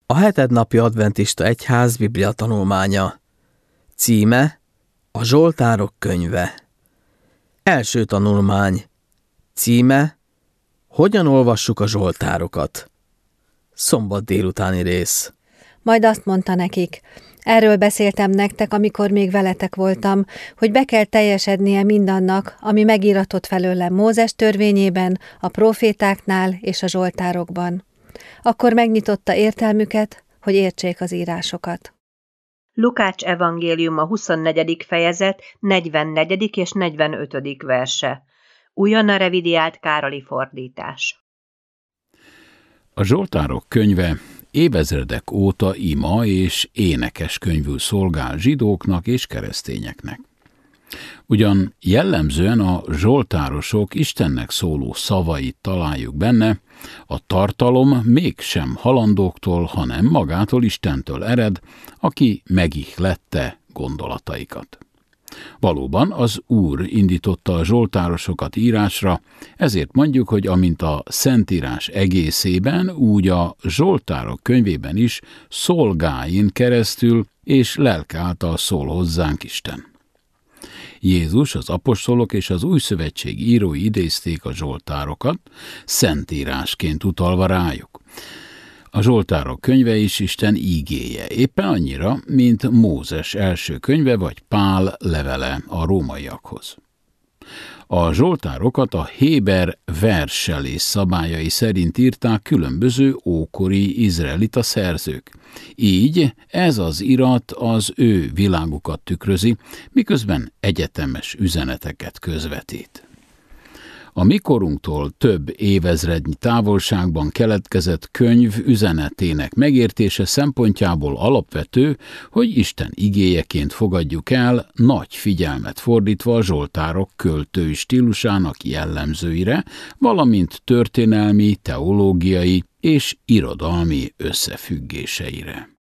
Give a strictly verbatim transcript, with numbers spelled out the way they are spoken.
A hetednapi adventista egyház Biblia tanulmánya. Címe: A Zsoltárok könyve. Első tanulmány. Címe: Hogyan olvassuk a Zsoltárokat? Szombat délutáni rész. Majd azt mondta nekik: erről beszéltem nektek, amikor még veletek voltam, hogy be kell teljesednie mindannak, ami megíratott felőlem Mózes törvényében, a prófétáknál és a zsoltárokban. Akkor megnyitotta értelmüket, hogy értsék az írásokat. Lukács evangéliuma huszonnegyedik fejezet, negyvennegyedik és negyvenötödik verse. Újonnan revidiált Károli fordítás. A Zsoltárok könyve évezredek óta ima és énekes könyvül szolgál zsidóknak és keresztényeknek. Ugyan jellemzően a zsoltárosok Istennek szóló szavait találjuk benne, a tartalom mégsem halandóktól, hanem magától Istentől ered, aki megihlette gondolataikat. Valóban az Úr indította a zsoltárosokat írásra, ezért mondjuk, hogy amint a Szentírás egészében, úgy a Zsoltárok könyvében is szolgáin keresztül és lelke által szól hozzánk Isten. Jézus, az apostolok és az Új Szövetség írói idézték a zsoltárokat, szentírásként utalva rájuk. A Zsoltárok könyve is Isten ígéje, éppen annyira, mint Mózes első könyve vagy Pál levele a rómaiakhoz. A zsoltárokat a héber verselés szabályai szerint írták különböző ókori izraelita szerzők. Így ez az irat az ő világukat tükrözi, miközben egyetemes üzeneteket közvetít. A mikorunktól több évezrednyi távolságban keletkezett könyv üzenetének megértése szempontjából alapvető, hogy Isten igéjeként fogadjuk el, nagy figyelmet fordítva a zsoltárok költői stílusának jellemzőire, valamint történelmi, teológiai és irodalmi összefüggéseire.